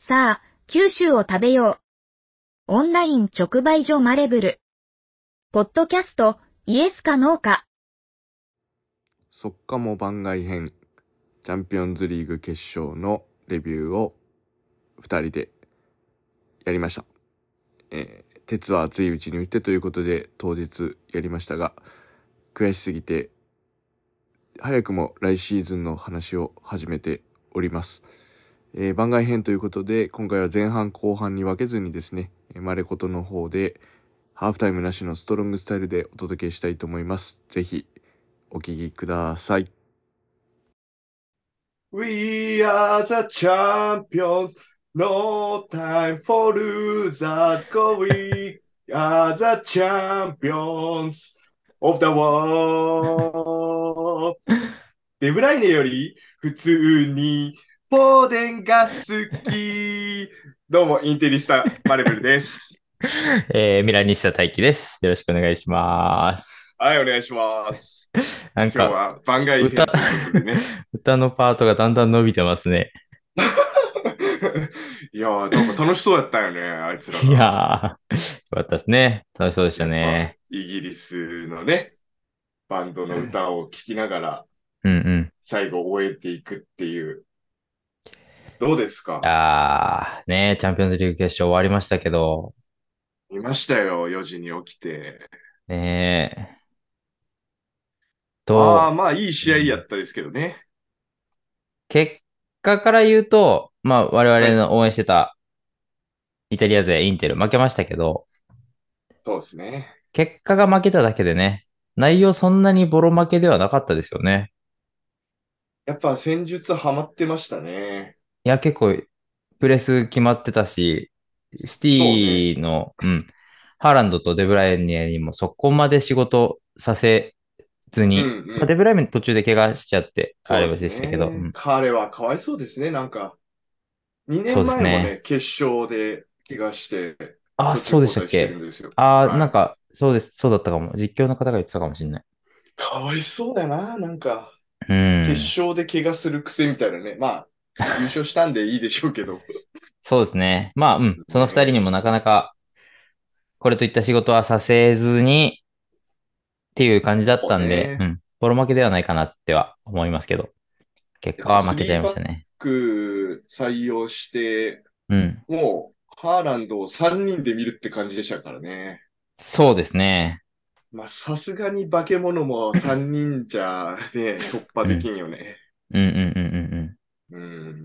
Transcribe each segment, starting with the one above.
さあ、九州を食べよう。オンライン直売所マレブル。ポッドキャスト、イエスかノーか。 速稼も番外編チャンピオンズリーグ決勝のレビューを2人でやりました。鉄は熱いうちに打ってということで当日やりましたが、悔しすぎて早くも来シーズンの話を始めております。番外編ということで今回は前半後半に分けずにですね、マレコトの方でハーフタイムなしのストロングスタイルでお届けしたいと思います。ぜひお聞きください。 We are the champions, no time for losers, go we are the champions of the world. デブライネより普通にフォーデンが好き。どうも、インテリスタマレブルです。 ミラニスタ大輝です。よろしくお願いします。 はい、お願いします。 なんか、 今日は番外編ということでね。 歌のパートがだんだん伸びてますね。 いやー、なんか楽しそうやったよね、あいつらいやが。 ー、よかったですね。楽しそうでしたやっぱね。 イギリスのね、バンドの歌を聴きながらうんうん。 最後終えていくっていう。どうですか？ ね、チャンピオンズリーグ決勝終わりましたけど、 見ましたよ、4時に起きて。 ねまあと、 まあいい試合やったですけどね。 結果から言うと、まあ我はい、 々の応援してたイタリア勢インテル負けましたけど、 そうですね。 結果が負けただけでね、内容そんなにボロ負けではなかったですよね。 やっぱ戦術ハマってましたね。 いや、結構プレス決まってたし、シテそうね。 ィの、ハーランドとデブライネにもそこまで仕事させずうんうに、まあ、デん。 ブライネ途中で怪我しちゃって、あれそうですでしたけど、 ね。彼はかわいそうですね。なんか、2 そうです年前もね、 ね。 決勝で怪我して、 あ、 途中そうで交代してるしたっけ？ んですよ。 なんはい。 か、そうです、そうだったかも。実況の方が言ってたかもしれない。 かわいそうだよな、なんか。 う決ん。 勝で怪我する癖みたいなね。まあ、優勝したんでいいでしょうけど。 そうですね。まあ、その二人にもねなかなか、これといった仕事はさせずにっていう感じだっそうたんで、 ね。 ボロ負けではないかなっては思いますけど、結やっぱ果は負けちゃい 3バッましたね。 ク採用して、 うん。 もう、ハーランドを3人で見るって感じでしたからね。 そうですね。 まあ、さすがに化け物も3人じゃね、突破できうん。 んよね。 うんうんうんうんうん。 うん。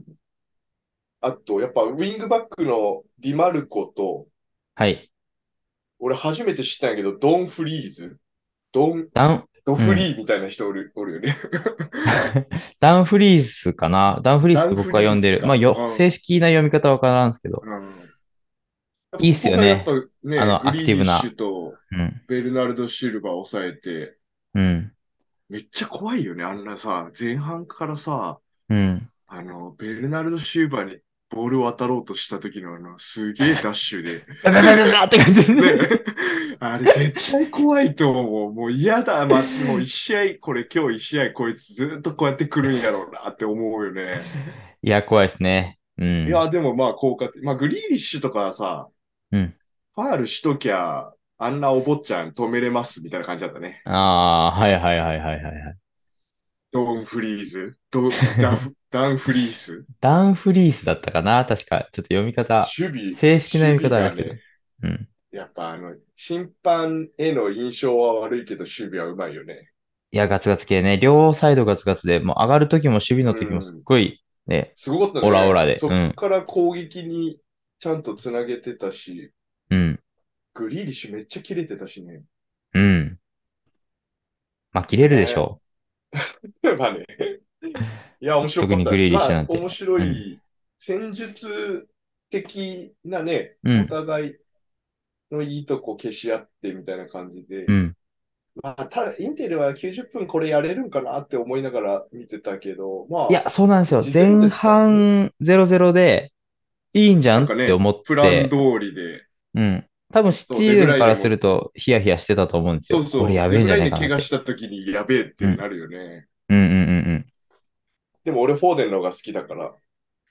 あと、やっぱウィングバックのディマルコと、 はい。 俺初めて知ったんやけど、ドン・フリーズ、ドン、 ダウン、 ドうん。 フリーみたいな人おるよね。 ダウンフリースかな。ダウンフリースって僕ダンフリは呼んでる。まあ、 ーズか。うん。 正式な読み方はわからんすけど。 うん。やっぱいいっここからやっぱすよね。 ね、グアクリーリッシティブな。 ュとうん。 ベルナルド・シルバーを抑えて、 うん。 めっちゃ怖いよね。あんなさ、前半からさ、 うん。 ベルナルド・シルバーにボールを渡ろうとした時のすげえダッシュで、 ガガガガガって感じですね、 ね。 あれ絶対怖いと思う。もう嫌だ。もう一試合、これ今日一試合こいつずっとこうやって来るんやろうなって思うよね。 いや、怖いですね。うん。 いや、でもまあ効果的。まあグリーリッシュとかはさ、 うん。 ファールしときゃ、あんなお坊ちゃん止めれますみたいな感じだったね。 はいはいはいはいはいはい。 ドンフリーズ、ダンフリース。 ダウンフリースだったかな確か。ちょっと読み方、正式な読み守備がね、 方あれですけど。うん。 やっぱ審判への印象は悪いけど守備はうまいよね。 いや、ガツガツ系ね。両サイドガツガツで、もう上がるときも守備のときもすっうん。 ごい、ね、 すごかったオラオね。 ラで。 そっうん。 から攻撃にちゃんとつなげてたし、 うん。 グリーリッシュめっちゃ切れてたしね。 うん。まあ、切れるでしね。 ょまあね。いや、面う。 白かった。 特にグリーリッまあ、 シュなんて。 面白うん。 い戦術的なね、おうん。 互いのいいとこ消し合ってみたいな感じで。 うん。 まあ、ただ、インテルは90分これやれるんかなって思いながら見てたけど、まあ、 いや、そうなんですよ。 1-0 前ですからね。 半0-0でいいんじゃんなんかね、 って思っプラン通て、 りで、 うん。多分シそう、 チデブズンからすライネも、 るとヒヤヒヤしてたと思うんですよ。 そうそう、 これやべえんじゃデブライないかなって。 ネ怪我した時にやべえっうん。 てなるよね。 うんうんうんうん。 でも俺、フォーデンの方が好きだから、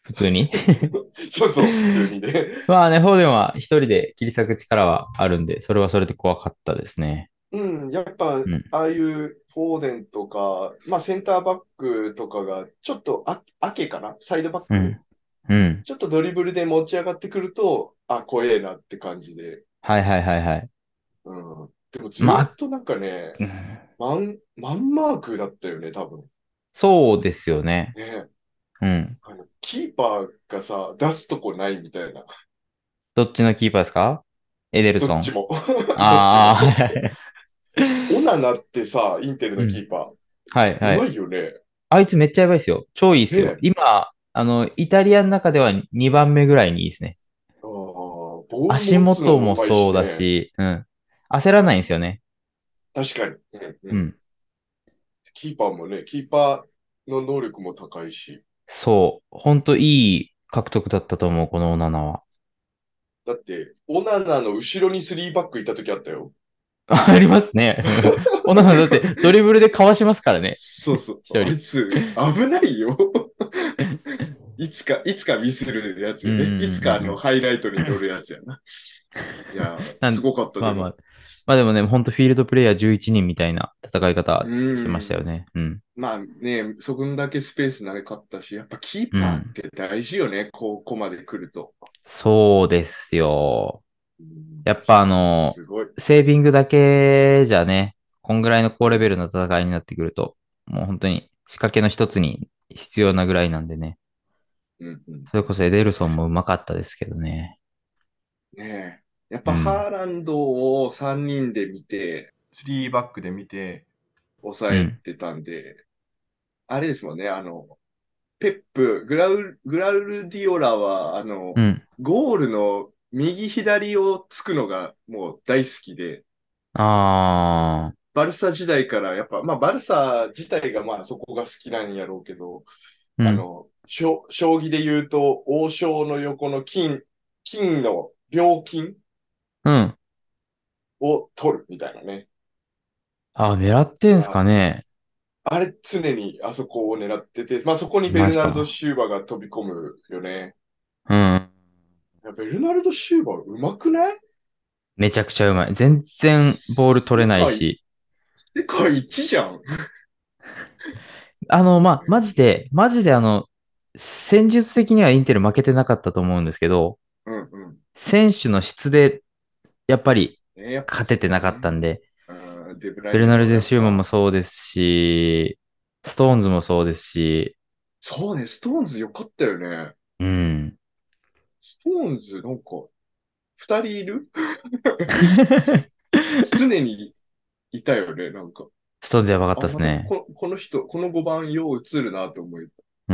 普通に。 そうそう、普通にね。 まあね、フォーデンは一人で切り裂く力はあるんで、それはそれで怖かったですね。 うん、やっぱ、 うん。 ああいうフォーデンとか、まあセンターバックとかが、ちょっとアケかなサイドバックうん。うん。 ちょっとドリブルで持ち上がってくると、あ、怖えなって感じで。 はいはいはいはい。 うん。でもずまあ、 っとなんかね、 うん、 マンマークだったよね、多分。 そうですよね。 ね。 うん。 キーパーがさ、出すとこないみたいな。 どっちのキーパーですか？エデルソン。 どっちも。どっちああ、 も。 はいはい。 オナナってさ、インテルうん。 のキーパー、うまはいはい。 いよね。 あいつめっちゃやばいですよ。超いいですよ。 ね。 今、イタリアの中では2番目ぐらいにいいですね。 ああ、ボール足持つの元もうまいしもそうだね。 し、うん。焦らないんですよね。 確かに。うんうん。 うん。 キーパーもね、キーパーの能力も高いし。 そう。ほんといい獲得だったと思う、この7は。 だって、オナナの後ろにスリーバックいた時あったよ。 ありますね。だってドリブルでかわしますからね。 そうそう。あい一人。 つ、危ないよ。いつかミスるやつうんうんよね。いつかうんうん。 ハイライトに乗るやつやな。いや、 なんすごかった、でも。 まあまあ。まあでもね、ほんとフィールドプレイヤー11人みたいな戦いう方してましたよん。 ね。うん。 まあね、そこんだけスペースなかったし、やっぱキーパーっうん。 て大事よね。ここまで来ると。 そうですよ。やっぱすごい。 セービングだけじゃね、こんぐらいの高レベルの戦いになってくると、もう本当に仕掛けの一つに必要なぐらいなんでね。 うんうん。 それこそエデルソンもうまかったですけどね。 ねえ。やっぱハうん。 ーランドを3人で見て、3バックで見て、抑えうん。 てたんで、あれですもんね、ペップ、グラウルディオラは、 うん。 ゴールの右左をつくのがもう大好きで、 あバルサ時代からやっぱ、まあバルサ自体がまあそこが好きなんやろうけど、 ー。うん。 将棋で言うと王将の横の金の両金うん。 を取るみたいなね。 あ、狙ってんすかあ、 ね。 あれ常にあそこを狙ってて、まあそこにベルナルド・マジか。 シューバが飛び込むよね。 うん。 いやベルナルド・シューバうまくない？ めちゃくちゃうまい。全然ボール取れない世界、 し。 世界一じゃん。 まあ、マジで戦術的にはインテル負けてなかったと思うんですけど、 うんうん。 選手の質でやっぱりね、やっぱ勝ててなかっそこはね。 たんで、 デブライネのベルナルデ・シューマンもやっぱ、 そうですし、ストーンズもそうですし、 そうね、ストーンズよかったよね。 うん。 ストーンズなんか、二人いる常にいたよね、なんか。 ストーンズやばかっあ、 たですね。 この人、この5番よう映るなと思えた。 うん。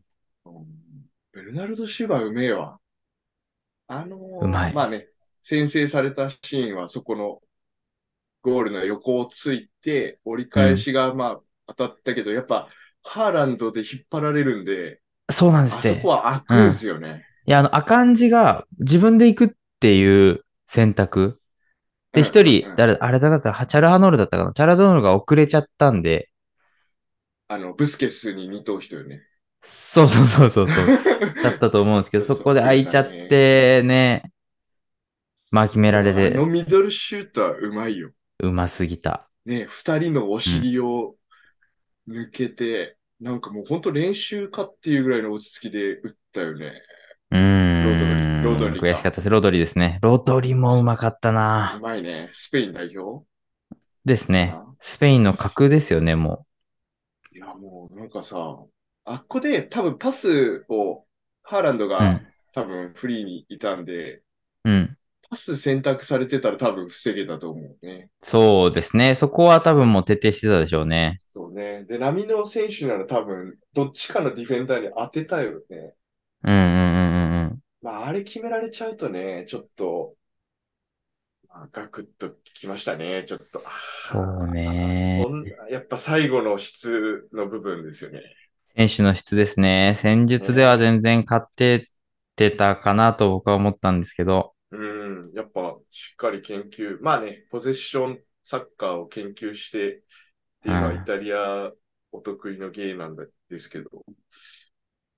ベルナルド・シューバーうめえわ。 うまい。 まあね、先制されたシーンはそこのゴールの横をついて、折りうん。 返しがまあ当たったけど、やっぱハーランドで引っ張られるんで、 そうなんですっあそこて。 は開くんうん。 すよね。 いや、アカンジが自分で行くっていう選択。で、 うん一人、 うんうん。 あれだったか、チャルハノールだったかな。チャルハノールが遅れちゃったんで、 ブスケスに似とう人よね。 そうそうそうそうそう。だったと思うんですけど、そこでそっくり空いちゃっだね。 てね、まあ決めでられて、 もミドルシュートはうまいよ。 うますぎた。 ね、二人のおうん。 尻を抜けて、なんかもう本当練習かっていうぐらいの落ち着きで打ったよね。 うーロドん。 リか。 悔しかったです。ロドリですね。ロドリもうまかったうな。 まいね。スペイン代表ですね。 かな。 スペインの格ですよね、もいや、もうなんかさ、あっこで多分パスを、ハーランドう。うがん。 多分フリーにいたんで、 うん。 パス選択されてたら多分防げたと思うね。 そうですね。そこは多分もう徹底してたでしょうね。 そうね。で、波の選手なら多分、どっちかのディフェンダーに当てたよね。 うんうんうんうんうん。 まあ、あれ決められちゃうとね、ちょっと、まあ、ガクッときましたね。ちょっと、 そうね。 やっぱ最後の質の部分ですよね。 選手の質ですね。戦術ではね全然勝っててたかなと僕は思ったんですけど。 うん、やっぱしっかり研究。まあね、ポゼッションサッカーを研究してっていうのはイうん。 タリアお得意の芸なんですけど。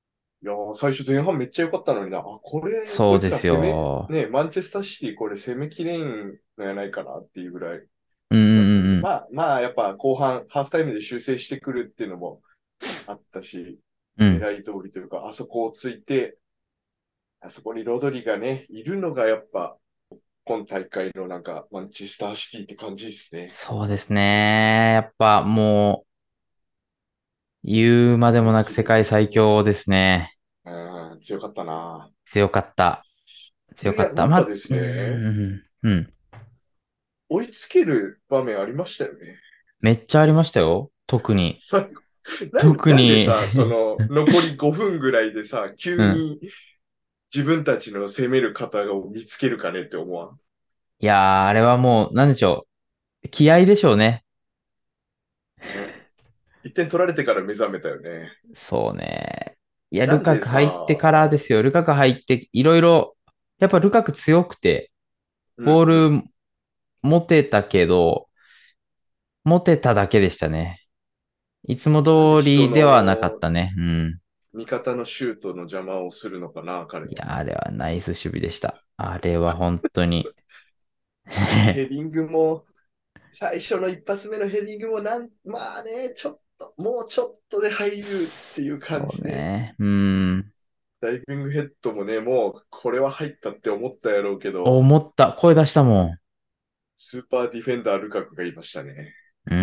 いやー、最初前半めっちゃ良かったのにな。あ、これ、こいつそうですら攻め、 よ。 ね、マンチェスターシティこれ攻めきれんのやないかなっていうぐらいうんだったけど、 うんうんうん。 まあ、やっぱ後半、ハーフタイムで修正してくるっていうのもあったし、 うん。 狙い通りというか、あそこをついて、あそこにロドリがね、いるのがやっぱ、今大会のなんか、マンチェスターシティって感じですね。 そうですね。やっぱもう、言うまでもなく世界最強ですね。 うん、強かったな。 強かった。強いや、 かった。 なんかですうね、 ん、うん。 追いつける場面ありましたよね。 めっちゃありましたよ。特に。 最後、なんで特にさ、その、残り5分ぐらいでさ、 うん。 急に自分たちの攻める方を見つけるかねって思わん。 いやー、あれはもう、なんでしょう。気合でしょうね。 ね。1点取られてから目覚めたよね。 そうね。いや、ルなんでカク入ってさ、 からですよ。ルカク入って、いろいろ、やっぱルカク強くて、ボーうんうん。 ル持てたけど、持てただけでしたね。いつもなんで通人りではなかっのたね。うん。 味方のシュートの邪魔をするのかな、彼は。 いや、あれはナイス守備でした。あれは本当にヘディングも、最初の一発目のヘディングもまあね、ちょっと、もうちょっとで入るっていう感そうじで、 ね。うん。 ダイビングヘッドもね、もうこれは入ったって思ったやろうけど、 思った。声出したもん。 スーパーディフェンダールカクがいましたね。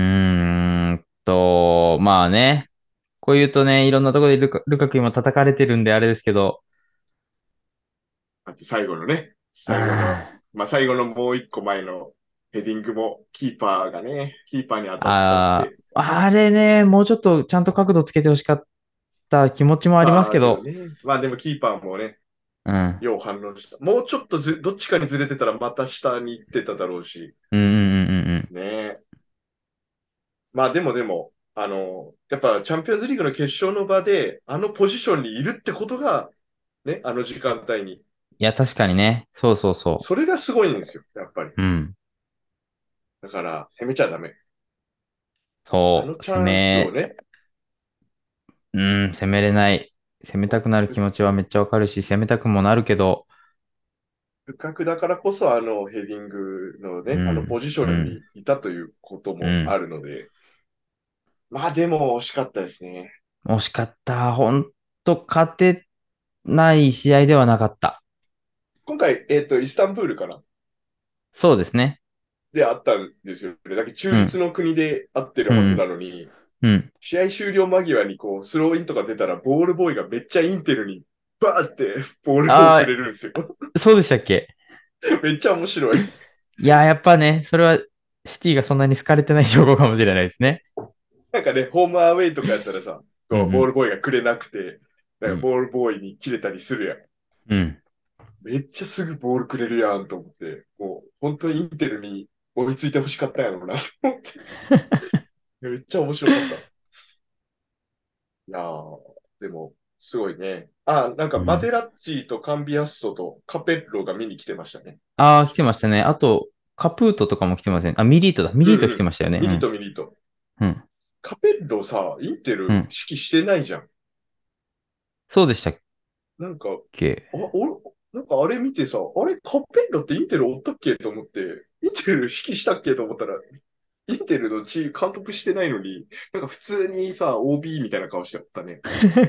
まあね。こう言うとね、いろんなところでルカク今叩かれてるんであれですけど、 あと最後のね、 う最後の、 ん。 まあ最後のもう一個前のヘディングもキーパーに当たっちゃっあて、 あれね、もうちょっとちゃんと角度つけてほしかった気持ちもありますまあけど、 でもね、まあでもキーパーもね、 うん。 よう反応した。もうちょっとどっちかにずれてたらまた下に行ってただろうし、 うんうんうんうんうん。 ねえ。まあでも、やっぱチャンピオンズリーグの決勝の場で、あのポジションにいるってことが、ね、あの時間帯に。 いや、確かにね。そうそうそそれがすごいんですよ、やっぱり。 う。うん。 だから、攻めちゃダメ。あそう。 のチャンスをね、 攻めれない。攻めたくなる気持ちはめっちゃわかるし、攻めたくもなるけど、 深くだからこそ、あのヘディングのね、あのうん、 ポジションうん、 にいたということうん。 もあるので、まあでも惜しかったですね。 惜しかった。ほんと、勝てない試合ではなかった。 今回、イスタンブールかなそうですね。 であったんですよね。だけど中うん、 立の国であってるはずなうん、 のに、 うん。 試合終了間際にこう、スローインとか出たら、ボールボーイがめっちゃインテルに、バーってボールをくあれるんですよ。 あ、そうでしたっけ？ めっちゃ面白い。 いやー、やっぱね、それはシティがそんなに好かれてない証拠かもしれないですね。 なんかね、ホームアウェイとかやったらさ、こう、ボーうん、 ルボーイがくれなくて、なうん、 んかボールボーイに切れたりするやん。 うん。 めっちゃすぐボールくれるやんと思って、もう本当にインテルに追いついてほしかったんやろうなと思って。めっちゃ面白かった。いやー、でも、すごいね。あ、なんかマうん。 テラッチとカンビアッソとカペッロが見に来てましたね。 ああ、来てましたね。あと、カプートとかも来てません。あ、ミリートだ。ミリート来うんうん。 てましたよね。 ミリトミリト。 うん、うん、 カペッロさ、インテルうん。 指揮してないじゃん。 そうでしたっなんか、 け？ なんかあれ見てさ、あれ、カペッロってインテルおったっけと思って、インテル指揮したっけと思ったら、インテルのチーム監督してないのに、なんか普通にさ、OB みたいな顔してたね。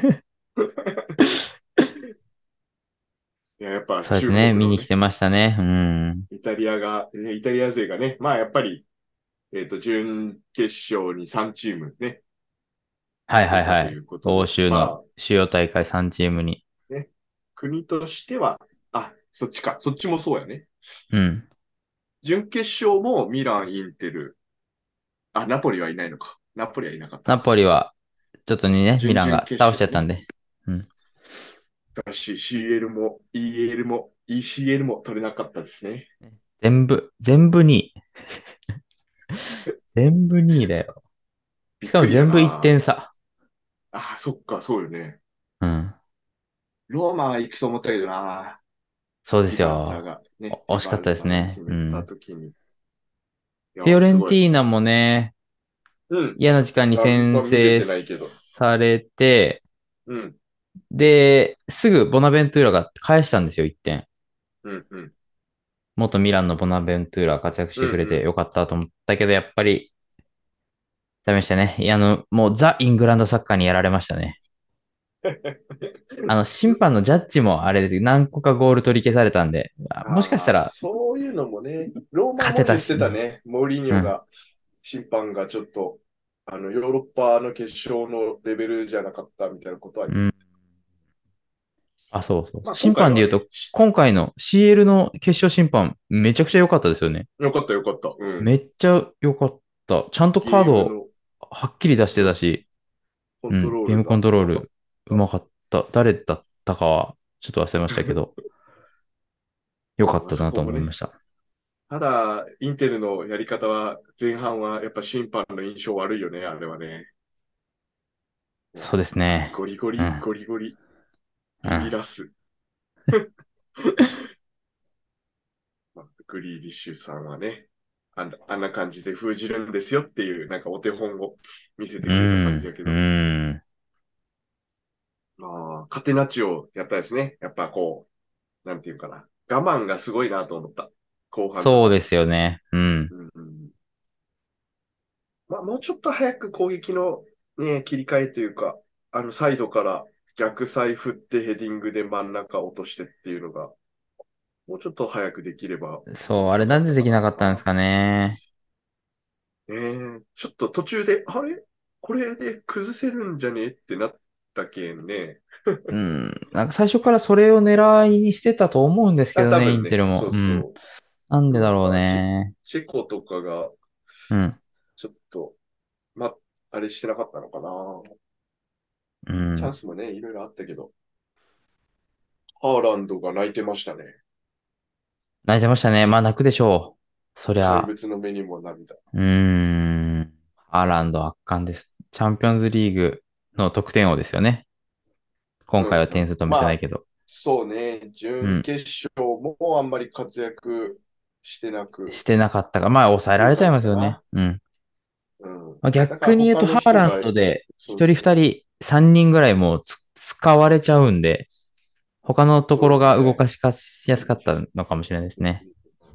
いや、やっぱ中そうですね。見国のね、 に来てましたね。うん。 イタリア勢がね、まあやっぱり、準決勝に3チームね、 はい出たといはいはい。欧うことで、 州のま主要大会3チームに。 あね、国としては、あ、そっちか、そっちもそうやね。 うん。 準決勝もミラン、インテル、あ、ナポリはいないのか。ナポリはいなかったナか。 ポリは、ちょっとにね、ミ準々 ランが倒しちゃ決勝ね。 ったんで。うん。 だし、CL も EL も ECL も取れなかったですね。 全部2位。全部2位だよ。しかもびっくりや全部1 な。 点差。 あ、そっか、そうよね。 うん。 ローマは行くと思ったけどな。 そうですディバッラよ。 が、ね、 惜しかったですね。 決めたうん。 ときに。いやー、 フィオレンすごい。 ティーナもね、 うん。 嫌な時間に僕先は見れ制てないけど。 されて、 うん。 で、すぐボナベントゥーラが返したんですよ、1点。 うんうん。 元ミランのボナベントゥーラ活躍しうんてくれてうん。 よかったと思ったけど、やっぱりダメでしたね。いや、もうザ・イングランドサッカーにやられましたね。審判のジャッジもあれで何個かゴール取り消されたんで、もしかしああ、 たらそういうのもね、ローマ勝ても言ってたし、 たね。モーリーニうん、 ョが、審判がちょっと、ヨーロッパの決勝のレベルじゃなかったみたいなことは言ってうん。あ、そうそう。 まあ今審回はね、 判で言うと、今回の CL の決勝審判、めちゃくちゃ良かったですよね。 よかったよかった。うん。 めっちゃ良かった。ちゃんとカードゲームの、 はっきり出してそうそう、 たし、 コントうん、 ロールがゲームコントうまかっロールうた。 まかった。誰だったかはちょっと忘れましたけど、良かっまあたなとそこもね。 思いました。 ただ、インテルのやり方は、前半はやっぱ審判の印象悪いよね、あれはね。 そうでもすね。 ゴリゴリ、 うん、 ゴリゴリ、ビビうん。 らす。まあ、グリーディッシュさんはね、あんな感じで封じるんですよっていう、なんかお手本を見せてうくれた感じん、うだけど、 ん。 まあ、カテナッチをやったですね。やっぱこう、なんていうかな。我慢がすごいなと思った。後半とか。 そうですよね。うん。 うんうん、まあ、もうちょっと早く攻撃のね、切り替えというか、サイドから逆サイ振ってヘディングで真ん中落としてっていうのが、もうちょっと早くできればそう、あれ面白かなんでできなったかな。 かったんですかね。 ちょっと途中で、あれこれで崩せるんじゃねってなったけんね。 うん。なんか最初からそれを狙いにしてたと思うんですけあ、 どね、イ多分ね、 ンテルも。 そううん。 そう。 なんでだろうやっぱね。 チェコとかが、 うん。 ちょっと、ま、あれしてなかったのかな。 うん。 チャンスもね、いろいろあったけど、ハーランドが泣いてましたね。 泣いてましたね。まあ泣くでしょう。そり怪ゃ。 物の目にも涙。 うーん。ハーランド圧巻です。チャンピオンズリーグの得点王ですよね。今回はうんうん。 点数止めまあ、 てないけど。 そうね、準うん。 決勝もあんまり活躍してなく、 してなかったが、まあ抑えら 9 れちゃい回かな。 ますよね。うん。 うん。 まあ、 だから逆に言うと、 他のハーラン人が、 ドで一人そうそう、 二人三人ぐらいもう使われちゃうんで、他のところが動そうね。 かしやすかったのかもしれないですね。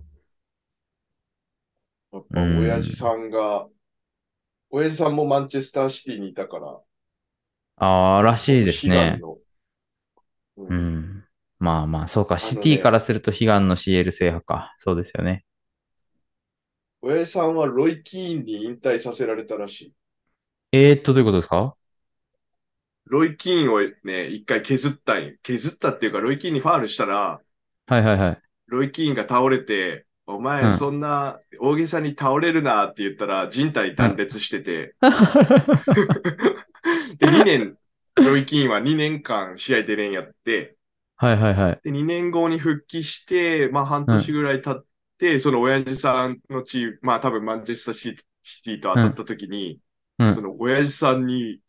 やっうぱん。 親父さんもマンチェスターシティにいたから、 ああ、らしいほんとですね。 悲願の、うん。 うん。まあまあ、そうか。シティかあのね、 らすると悲願の CL 制覇か。そうですよね。 親父さんはロイ・キーンに引退させられたらしい。 どういうことですか？ ロイ・キーンをね、一回削ったんよ。削ったっていうか、ロイ・キーンにファールしたら、 はいはいはい。 ロイ・キーンが倒れて、お前そうん。 んな大げさに倒れるなって言ったら人体うん。 断裂してて、で、2年、ロイ・キーンは2年間試合出れんやって、 はいはいはい。 で、2年後に復帰して、まあ半うん。 年ぐらい経って、その親父さんのチーム、まあ多分マンチェスターシティとうん。 当たった時に、 うん。 その親父さんに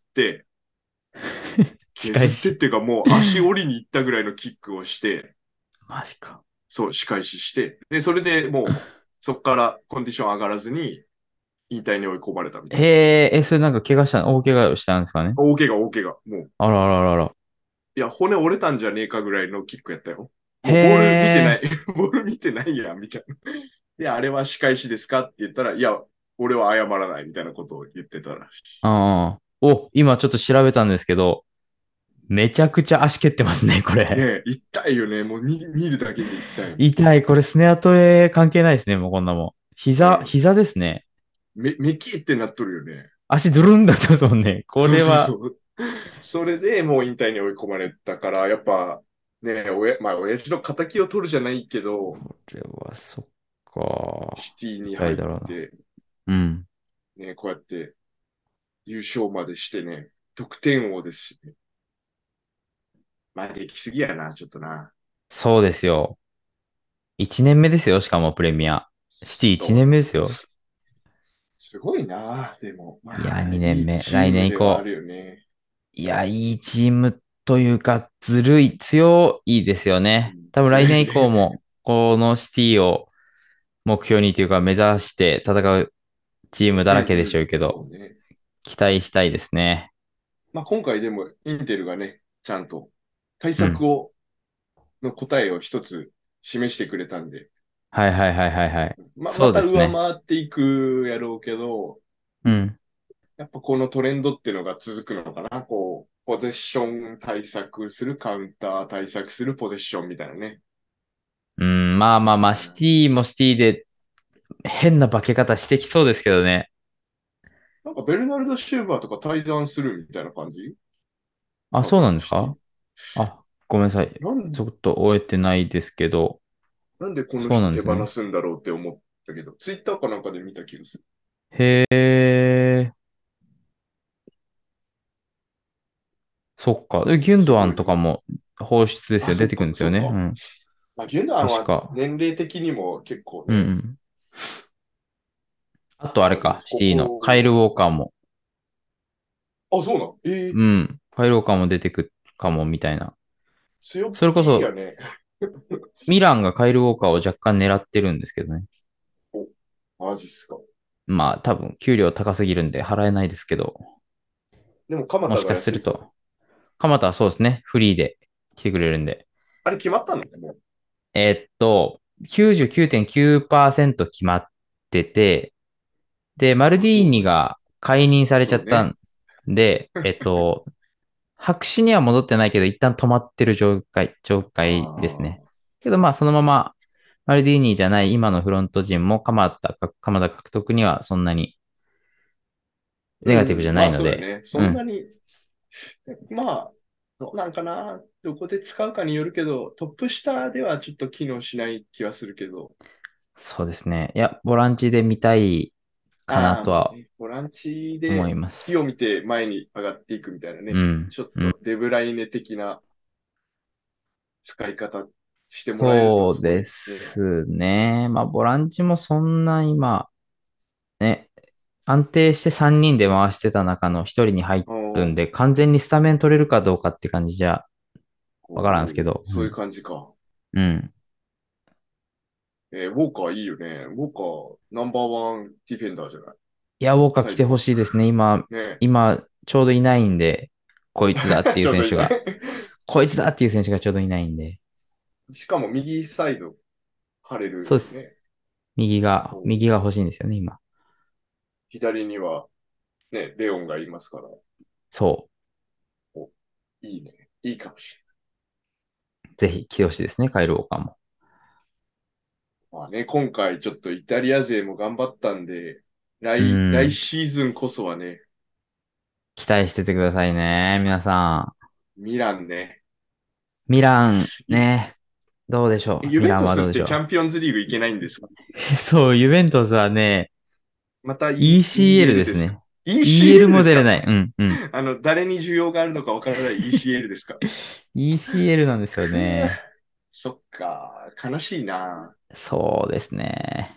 近いし。 削ってっていうかもう足折りに行ったぐらいのキックをして、 マジか。 そう、仕返しして、で、それでもう、そこからコンディション上がらずに、引退に追い込まれたみたいな。 それなんか怪我大怪我をしたんですかね？ 大怪我、大怪我。もう、 あらあらあらあら。 いや、骨折れたんじゃねえかぐらいのキックやったよ。 へもうボール見てない、 え。 ボール見てないやん、みたいな。で、あれは仕返しですかって言ったら、いや、俺は謝らないみたいなことを言ってたらしい。 ああ。今ちょっと調べたんですけど、めちゃくちゃ足蹴ってますね、これ。 ねえ、痛いよね。もう見るだけで痛い。 痛い。これスネアトエ関係ないですね、もうこんなもん。 ね膝ですね。 めきってなっとるよね。 足ドゥルンだってますもんね。こそうれは、 そうそう。それでもう引退に追い込まれたから、やっぱ、ねえ、まあ、親父の仇を取るじゃないけど、 これはそっか。 シティに入っ痛いだろうな。 て、 うん。 ね、こうやって優勝までしてね、得点王ですしね。まあ、できすぎやな、ちょっとな。 そうですよ。1年目ですよ、しかもプレミア。シティ1 そう。 年目ですよ。 すごいな、でも。 いや、 まあ、 2 いい年目。来チーム年以降。 ではあるよね。 いや、いいチームというか、強いですよね。 うん、 多分来年以降強いね。 も、このシティを目標にというか、目指して戦うチームだうんらけでしょうん、 うけど、 そうね。 期待したいですね。 まあ、今回でも、インテルがね、 ちゃんと。対策を、の答えを一つ示してくれたんで、 はいはいはいはいはい。そまた上うですね。 回っていくやろうけど、 うん。 やっぱこのトレンドっていうのが続くのかな。こう、ポゼッション対策する、カウンター対策するポゼッションみたいなね。 うん、まあまあまあ、シティもシティで変な化け方してきそうですけどね。 なんかベルナルド・シューバーとか対談するみたいな感じあ、そう多分、 なんですか？あ、ごめんなさい。 なん、 ちょっと終えてないですけど、 なんでこのそう人手なんですね。 放すんだろうって思ったけど、ツイッターかなんかで見た気がする。 へえ、そっか。で、ギュンドアすごいね。 ンとかも放出ですあ、 よ。出そっか、 てくるんですよね。うそっか。 ん。 まあ、ギュナーは確か。 年齢的にも結構うんうね、 ん。あとあれか、シこティのカイル・ウォーカーも。 あ、そうなのうん。カイル・ウォーカーも出てくるかも、みたいな。 強それこそ、 気やね。 ミランがカイル・ウォーカーを若干狙ってるんですけどね。 お、マジっすか。 まあ、多分、給料高すぎるんで払えないですけど、 でも、蒲田もしかすが安いと。 ると、蒲田はそうですね。フリーで来てくれるんで。 あれ決まったのもう。 99.9%決まってて、で、マルあ、 ディーそうなんや。 ニが解任されちゃそうね。 ったんで、白紙には戻ってないけど、一旦止まってる状態ですね。 あけど、まあ、そのまま、マルディーニじゃない今のフロント陣も鎌田獲得にはそんなにネガティブじゃなまあいので、 そうだよね。そうん。 んなに、まあ、どうなんかな。どこで使うかによるけど、トップ下ではちょっと機能しない気はするけど。 そうですね。いや、ボランチで見たいかなああ、 とはまあね。ボランチ思いでます。 火を見て前に上がっていくみたいなね。 うん。 ちょっうん。 とデブライネ的な使い方してもらえるとそうですごいね。 すね。まあ、ボランチもそんな今、ね、安定して3人で回してた中の1人に入おーるんで、完全にスタメン取れるかどうかって感じじゃわからんですおーけど、うそういうん。 感じか。 うん。 ウォーカーいいよね。ウォーカーナンバーワンディフェンダーじゃない。 いや、ウォーカー来てほサイドバッしいですね。今、 ク。ね。 今、ちょうどいないんで、こいつだっていうちょうどいいね。 選手が、こいつだっていう選手がちょうどいないんで、 しかも右サイド張れるそうです。 よね。 右が欲しいんですよね、今。 左にはね、レオンがいますから。 そおいいね。いいかもしう。ぜひ来てほしいですね、カイル・ウォーカーも。 れない。まあね、今回ちょっとイタリア勢も頑張ったんで、 う来ん。 シーズンこそはね、 期待しててくださいね、皆さん。 ミランね。 ミラン、 いね、どうでしょう。 ユベンミラントスってチャはどうでしょンピオンズリーグ行けないんですか？ う。そう、ユベントスはね、 また、 ECL EL ですか？ ですね。EL ECL ですか？ も出れない。うん、うん。 誰に需要があるのかわからない ECL ですか？ ECL なんですよくぅ、 ね。 そっか、悲しいな。 そうですね。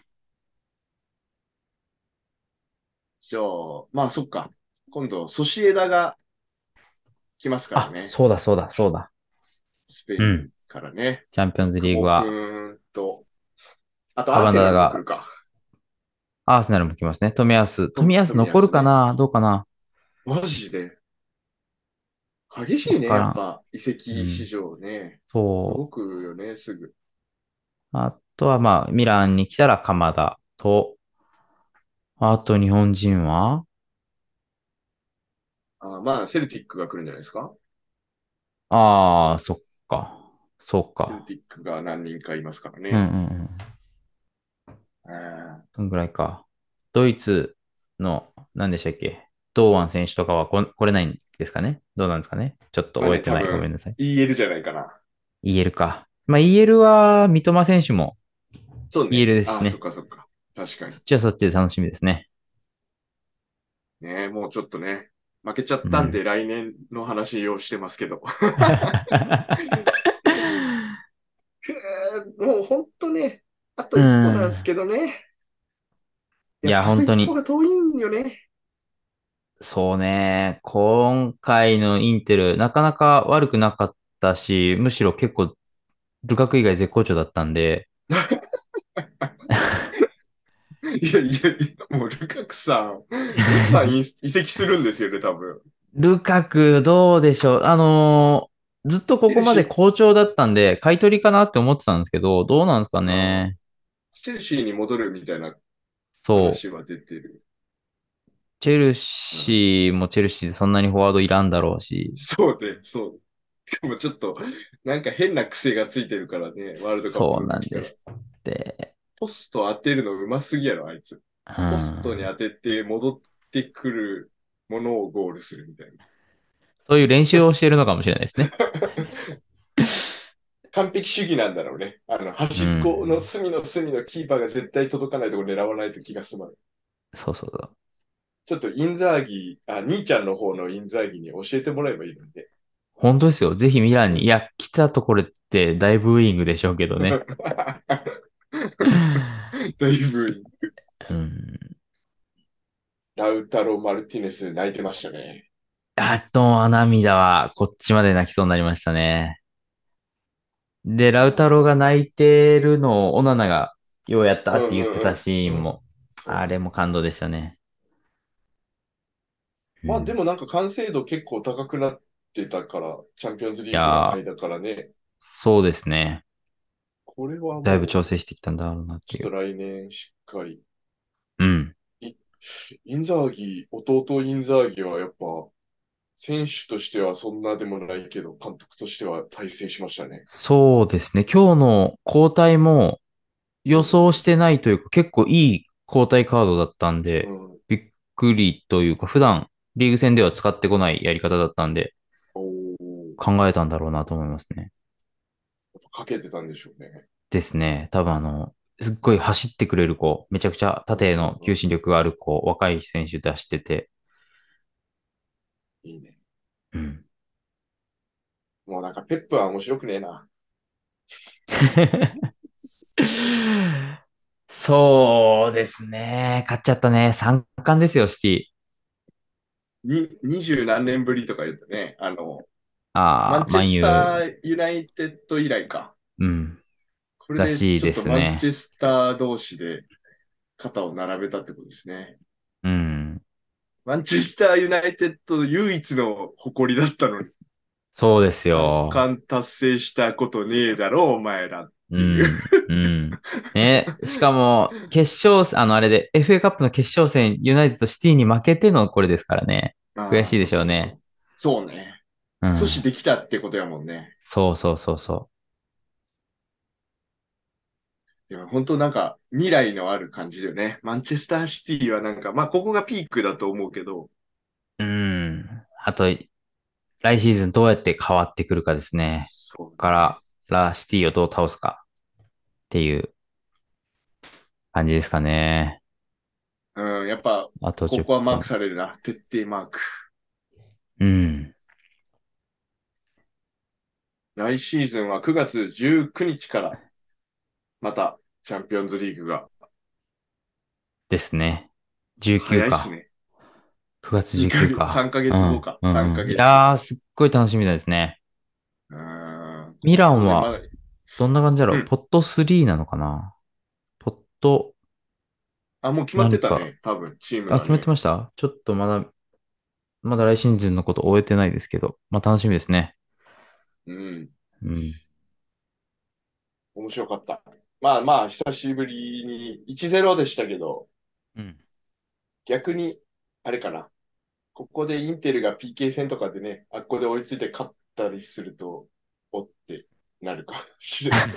じゃあ、まあそっか。今度、ソシエダが来ますからあ、 ね。 そうだ、そうだ、そうだ。 スペうん。 インからね。 チャンピオンズ久保くリーグは、 ーんと、あとカバンアーセナルも来ダが、 るか。 アーセナルも来ますね。冨安。冨安冨残る安ね。 かなどうかな？ マジで。激しいね、 わからん。 やっぱ、移籍市うん。 場ね。動そう。 くよね、すぐ。 あとはまあ、ミランに来たら鎌田と、あと日本人はまあ、セルティックが来るんじゃないですか？ ああー、そっか。そうか。 セルティックが何人かいますからうんうね。 んうん。 そんぐらいか。ドイツの、何でしたっけ？堂安選手とかは来れないんですかね？どうなんですかね？ちょっとまあね、 終えてない。ごめ多分、 んなさい。 EL じゃないかな。 EL か。まあ EL は三笘選手もそう EL ね。ああ、そっですしね。 かそっか。確かに。 そっちはそっちで楽しみですね。 ね、もうちょっとね、負けちゃっうん。 たんで来年の話をしてますけど。もうほんとね、あとう一歩なんですん。 けどね。 いや、 やっぱあと一本当に、 歩が遠いんよね。 そうね。今回のインテル、なかなか悪くなかったし、むしろ結構、ルカク以外絶好調だったんで、 いやいやいや、もうルカクさん移籍するんですよね、多分。 ルカク、どうでしょう。 ずっとここまで好調だったんで、買い取りかなって思ってたんですけど、どうなんですかああ、 ね。 チェルシーに戻るみたいなそう。 話は出てる。 チェルうん、 シーもチェルシーでそんなにフォワードいらんだろうし、 そうね、そう。でもちょっと、なんか変な癖がついてるからね、ワールドカップそうの時から。 なんですって。 ポスト当てるのうますぎやろ、あいつ。 うポストにん。 当てて戻ってくるものをゴールするみたいそういう練習をしているのかもしれないですね。 な。完璧主義なんだろうね。 う端っこのん。 隅の隅のキーパーが絶対届かないところ狙わないと気が済まない。 そうそうそう。 ちょっとインザーギ兄ちゃんの方のインザーギに教えてもらえばいいので。 本当ですよ。ぜひミランに。いうん。 や、来たところってだいぶウイングでしょうけどね。 だいぶ、 うん。 ラウタロ・マルティネス泣いてましたね。 あと、涙はこっちまで泣きそうになりましたね。で、ラウタロがあ泣いてるのをオナナがようやったあ、うんって言ってたうんうん。うん。 シーンも、 そうね。 あれも感動でしたね。うん。 まあでもなんか完成度結構高くなってたから、チャンピオンズいリーグのやー、 間からね、 そうですね。 これはだいぶもう、 調整してきたんだろうなっていう。 ちょっと来年しっかり。 うん。 いインザーギ、弟インザーギはやっぱ、選手としてはそんなでもないけど、監督としては大成しましたね。 そうですね。今日の交代も予想しうんてないというか、結構いい交代カードだったんで、 うん。うん。 びっくりというか、普段リーグ戦では使ってこないやり方だったんで、 おー、 考えたんだろうなと思いますね。 やっぱかけてたんでしょうね。 ですね。多分すっごい走ってくれる子、めちゃくちゃうん縦へうんうん。 の求心力がある子、若い選手出してて、 いいね。 うん。 もうなんかペップは面白くねえな。 そうですね。勝っちゃったね。三冠ですよ、シティ。 二十何年ぶりとか言うとね、マああ、 ンチェスタ万有。 ーユナイテッド以来か。 うん。 これでらしいでちょっとマンチェすね。 スター同士で肩を並べたってことですね。 うん。 マンチェスターユナイテッド唯一の誇りだったのに、 そうです三よ。 冠達成したことねえだろ、お前らっていう。 うん。うん。ね。しかも、決勝戦、あれで、FA カップの決勝戦、ユナイテッドシティに負けてのこれですからね。悔ああ、 しいでそっしょうね。 かそっか。そうね。 うん。 阻止できたってことやもんね。 そうそうそうそでも本当なんか未来のある感じだよね。マンチェスターシティはなんか、まあここがピークだと思うけど、 う。うん。あと、来シーズンどうやって変わってくるかですね。ここそうね。 から、ラ・シティをどう倒すかっていう感じですかね。 うん、やっぱ、 あと10 ここはマーク分。 されるな。徹底マーク。 うん。 来シーズンは9月19日からまたチャンピオンズリーグがですね。19か。 早いっすね。 9月19 2ヶ月、3 か。 ヶ月後うん。 か。3 うんうん。いヶ月後。 やー、すっごい楽しみですね。ミここでまランは、 だ、 どんな感じだろう。 うん。 ポット3なのかな。ポット、 あ、もう決まって何か。 たね。多分、チームあ、決まってがね。 ましたちょっとまだ来シーズンのこと終えてないですけど。まあ楽しみですね。 うん。 うん。 面白かった。まあまあ、久しぶりに1-0でしたけど、 うん。 逆に、あれかな。ここでインテルが PK 戦とかでね、あっこで追いついて勝ったりすると、おってなるかもしれない。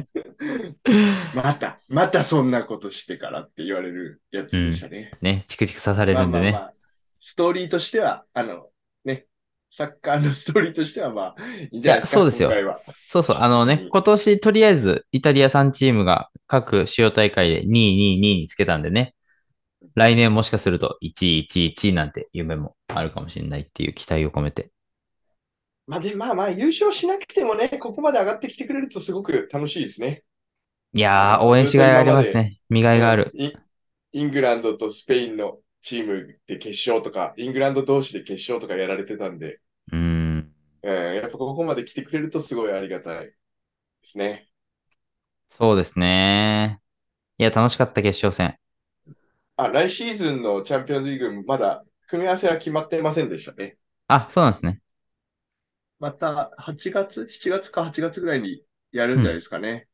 またそんなことしてからって言われるやつでしうん。 たね。 ね、チクチク刺されまあるんでね。 まあまあ、ストーリーとしては、ね、サッカーのストーリーとしてはまあ、いいんいや、 じゃないですか、 そうですよ。 今回は。 そうそう。 シティに。 今年とりあえずイタリア3チームが各主要大会で2位、2位、2位につけたんでね。来年もしかすると1位、1位、1位なんて夢もあるかもしれないっていう期待を込めて。 まあまあ、優勝しなくてもね、ここまで上がってきてくれるとすごく楽しいですね。 いやー、応援ずっとしがいあ今まで、 りますね。見がいうん、 がある。 イングランドとスペインのチームで決勝とか、イングランド同士で決勝とかやられてたんで、 うーん。 やっぱここまで来てくれるとすごいありがたいですね。 そうですね。いや、楽しかった決勝戦。 あ、来シーズンのチャンピオンズリーグ、まだ組み合わせは決まってませんでしたね。 あ、そうなんですね。 また8月、7月か8月ぐらいにやるんじゃないでうん。 すかね。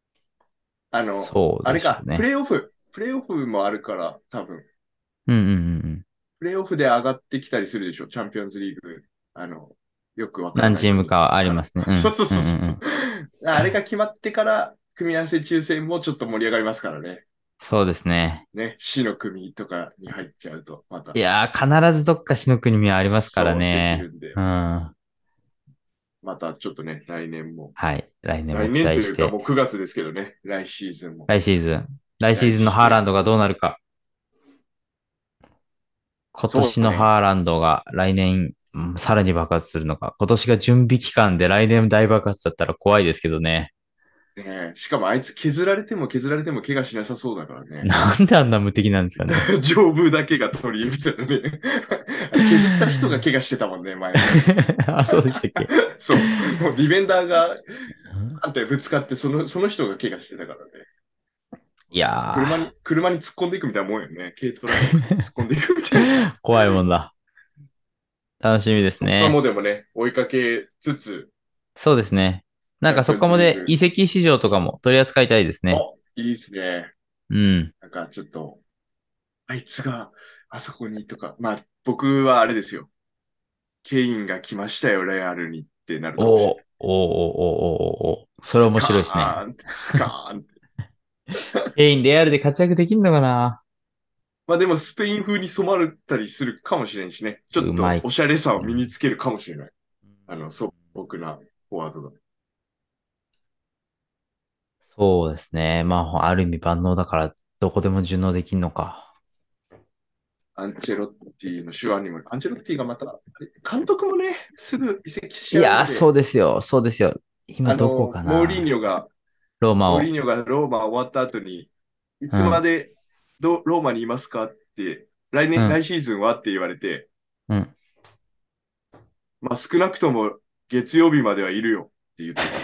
そうであれか、 しょうね。 プレイオフもあるから、多分、 うんうんうんうん。 プレイオフで上がってきたりするでしょ、チャンピオンズリーグ。あの、よくわから何ない国チームかありから。 ますね。うそうん。 そうそうそうんうんうん。 う。あれが決まってから、組み合わせ抽選もちょっと盛り上がりますからね。 そうですね。 ね、死の組とかに入っちゃうと、また、 いやー、必ずどっか死の国にはありますからそうできね。 るんで、 うん。はまたちょっとね、来年も。 い。来年来も期年というかもう待して。 9月ですけどね、来シーズンも来シーズン。 期来シーズンの待して。 ハーランドがどうなるか。今年のそうね。 ハーランドが来年、さらに爆発するのか。今年が準備期間で来年大爆発だったら怖いですけどね。 ねえ、しかもあいつ削られても削られても怪我しなさそうだからね。 なんであんな無敵なんですかね。 丈夫だけが取り柄みたいなね。あれ削った人が怪我してたもんね、前ね。 あ、そうでしたっけ。 そう。もうディフェンダーがうん。 パンってぶつかって、その人が怪我してたからね。 いや車に突っ込んでいくみたいなもんよね。軽トラック突っ込んでいくみたいな。 ー、怖いもんだ。楽しみですそっかもね。 でもね、追いかけつつ、 そうですね。なんかそチャンピオンこまで移ズリーグ。 籍市場とかも取り扱いたいですね。 お、いいですね。 うん。 なんかちょっと、あいつがあそこにとか、まあ僕はあれですよ。ケインが来ましたよ、レアルにってなるおー、 かもしれない。 おー、おー、おー、おー、それス面白いですね。 カーンって、スカーンって。 ケイン、レアルで活躍できんのかな。 まあでもスペイン風に染まったりするかもしれんしね。ちょっうまい。 とおしゃれさを身にうん。 つけるかもしれない。素朴なフォワードが。 そうですね。まあ、ある意味万能だから、どこでも順応できんのか。 アンチェロッティの手腕にも、アンチェロッティがまた、監督もね、すぐ移籍しちゃういやー、そうんで、 ですよ。そうですよ。今どこかモーリーニな。 ョが、 ローマを。 ローマ終わった後に、いつまうん。 でローマにいますかって、来うん。 シーズンはって言われて、 うん。 まあ少なくとも月曜日まではいるよって言ってた。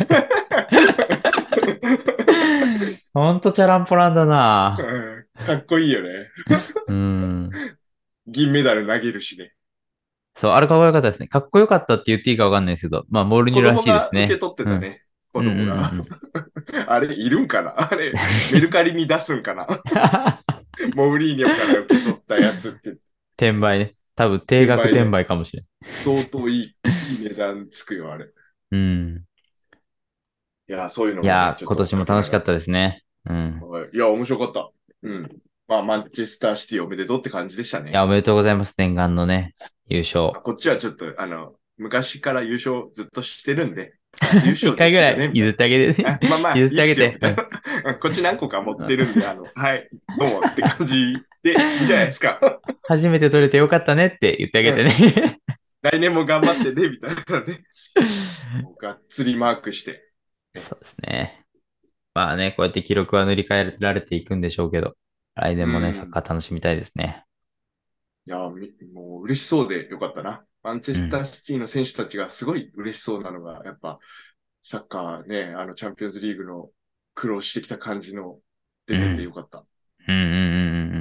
ほんとチャランポランだな。 うんかっこいいよね。 うん。 銀メダル投げるしね。 そう、あれかっこよかったですね。かっこよかったって言っていいかわかんないですけど、まあ、モルニ子ュら供がしいですね。 受け取ってうん。 たね。子うんうん供が。 うんうん。 あれ、いるんかなあれ、メルカリに出すんかなモーリーニョから受け取ったやつって転売ね。多分、定額転転売で売かもしれん。 相当いい値段つくよ、あれ。 うん。 いや、そういうのもね、 いやー、 ちょっと追っ今年もかけながら。 楽しかったですね。うん。 はい、いや、面白かった。うん。まあ、マンチェスターシティおめでとうって感じでしたね。 いや、おめでとうございます。念願のね、優勝。 こっちはちょっと、昔から優勝ずっとしてるんで、初優一勝で回ぐらいすよね、みたい譲ってあげてね。 な。まあまあ、 譲っいいっすよ、 てあげて。 みたいな。こっち何個か持ってるんで、はい、どうもって感じでいいんじゃないですか。 初めて取れてよかったねって言ってあげてうん。 ね。 来年も頑張ってね、みたいなね。もうがっつりマークして。ねそうですね。まあね、こうやって記録は塗り替えられていくんでしょうけど、来う年もね、サッん。 カー楽しみたいですね。 いや、もう嬉しそうでよかったな。マンチェスターうん。 シティの選手たちがすごい嬉しそうなのが、やっぱ、サッカーね、チャンピオンズリーグの苦労してきた感じの出ててようん。 かった。 うんうんうんうん。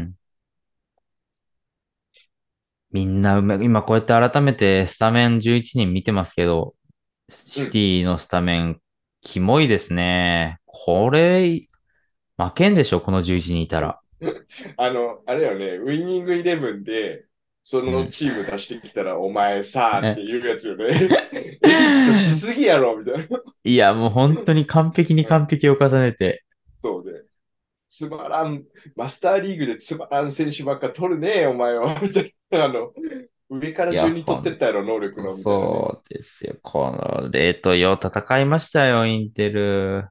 みんな今こうやって改めてスタメン11人見てますけど、シテうん。 ィのスタメン、キモいですね。これ、負けんでしょ、この11人いたら。 あれよね、ウィニングイレブンで、そうん。 のチーム出してきたら、お前さーっていうやつよね。エディットしすぎやろ、みたいな。 いや、もう本当に完璧に完璧を重ねて。 そうで、つまらん、マスターリーグでつまらん選手ばっか取るね、お前は、みたいな。上からいや、 順に取ってったやろ、能力の、みたいなね。 そうですよ。この0と4戦いましたよ、インテル。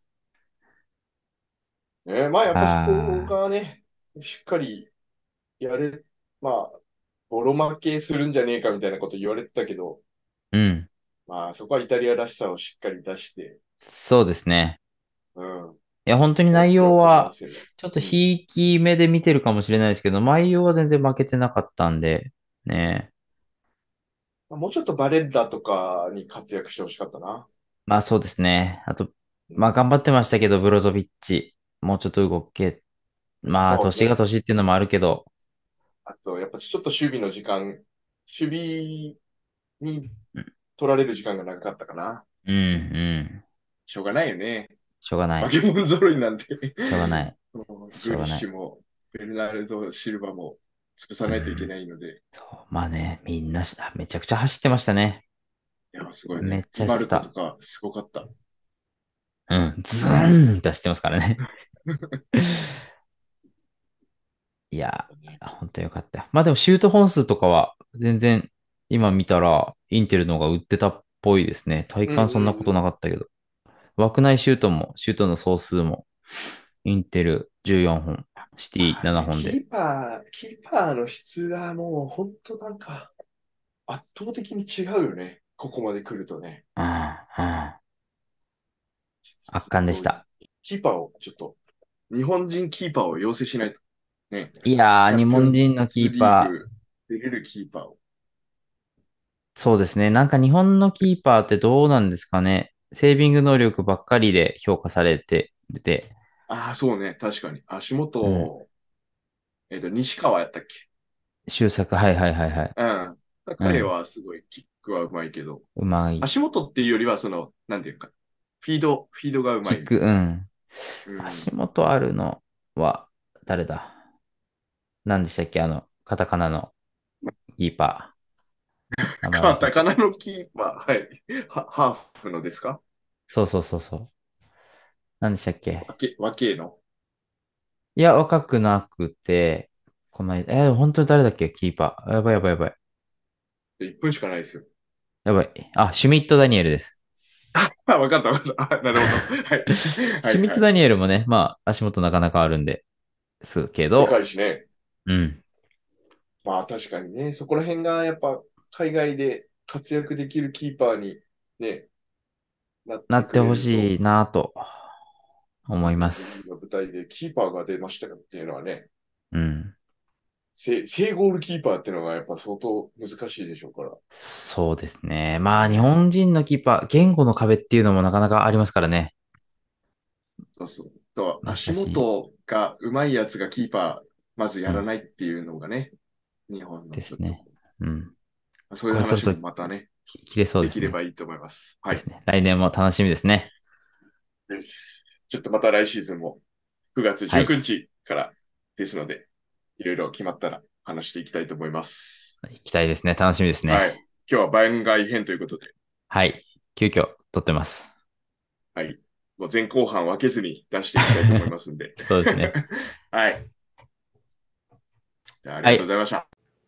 まあ、やっぱそこああ、 がね、しっかりやれ、まあ、ボロ負けするんじゃねえかみたいなこと言われてたけど、 うん。 まあ、そこはイタリアらしさをしっかり出して、 そうですね。 うん、 いや、本当に内喜容は、 ばせる。 ちょっとうん。 ひいき目で見てるかもしれないですけど、内容は全然負けてなかったんで、ね。 もうちょっとバレッラとかに活躍してほしかったな。 まあそうですね。あと、 うん、 まあ頑張ってましたけど、ブロゾビッチ。もうちょっと動け、まあ年がそうね。 年っていうのもあるけど、 あと、やっぱちょっと守備の時間、守備に取られる時間が長かったかな。 うん。 しょうがないよね。 しょうがない。 化け物揃いなんて。 しょうがない。 もうしょうがないグリッシュも、ベルナルド・シルバも潰さないといけないので。 そう。まあね、みんなめちゃくちゃ走ってましたね。 いや、すごいね。 めっちゃイバル走ってた。 トとかすごかった。 うん。ズーンって走ってますからね。いや、本当よかったよ。まあでもシュート本数とかは全然今見たらインテルの方が売ってたっぽいですね。体うん感そんなことなかったけど。枠内シュートも、シュートの総数も、インテル14本、シティ7本で。 キーパーの質がもう本当なんか圧倒的に違うよね。ここまで来るとね。 うん、うん。圧巻でした。 キーパーをちょっと、日本人キーパーを養成しないと。ね。 いやー、日チャンピオン本人のキズーパー、 リーグ出れるキーパーを。 そうですね。なんか日本のキーパーってどうなんですかね。セービング能力ばっかりで評価されてて、 ああ、そうね。確かに。足うん。 元、西川やったっけ？ 修作、はいはいはいはい。 うん。 うん。 彼はすごいキックはうまいけど、 うまい。 足元っていうよりは、なんていうか、フィードがうまい。 キック、うん。 うん。 足元あるのは、誰だ？何でしたっけカタカナのキーパー。名前忘れちゃった。 カタカナのキーパー、はい。ハーフのですか？ そうそうそうそう。何でしたっけ？ わけの。 いや、若くなくて、この間、本当に誰だっけキーパー。やばいやばいやばい。 1分しかないですよ。 やばい。あ、シュミット・ダニエルです。 あ、わかったわかった。あ、なるほど。はい。はシュミット・いはい。 ダニエルもね、まあ、足元なかなかあるんですけでかど、 いしね。 うん。 まあ確かにね、そこら辺がやっぱ海外で活躍できるキーパーにね、なってくなってれると、 ほしいなとチャン思います。 ピオンズリーグの舞台でキーパーが出ましたよっていうのはね、 うん。 正ゴールキーパーっていうのがやっぱ相当難しいでしょうから。 そうですね。まあ、日ね。 本人のキーパー、言語の壁っていうのもなかなかありますからね。 そうそう。足難しい元が上手いやつがキーパー、まずやらうん。 ないっていうのがね、日本のちょっと、 ですね。うん。 そういう話もこれそろそろまたね、 切れそうでですね。 きればいいと思います。はい。 ですね。来年も楽しみですね。 よしちょっとまた来シーズンも9月19 はい。 日からですので、いろいろ決まったら話していきたいと思います。 行きたいですね。楽しみですね。 はい。今日は番外編ということで、 はい。急遽撮ってます。 はい。もう前後半分けずに出していきたいと思いますんで。 そうですね。 はい。じゃあ、ありがとうごはい。 ざいました。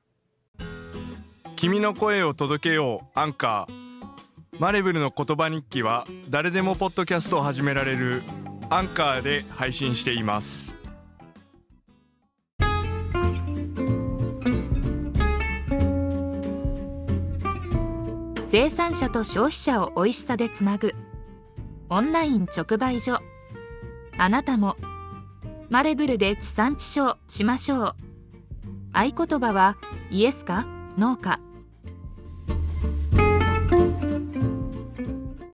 君の声を届けようアンカーマレブルの言葉日記は誰でもポッドキャストを始められるアンカーで配信しています。 生産者と消費者を美味しさでつなぐオンライン直売所。あなたもマレブルで地産地消しましょう。合言葉はイエスかノーか。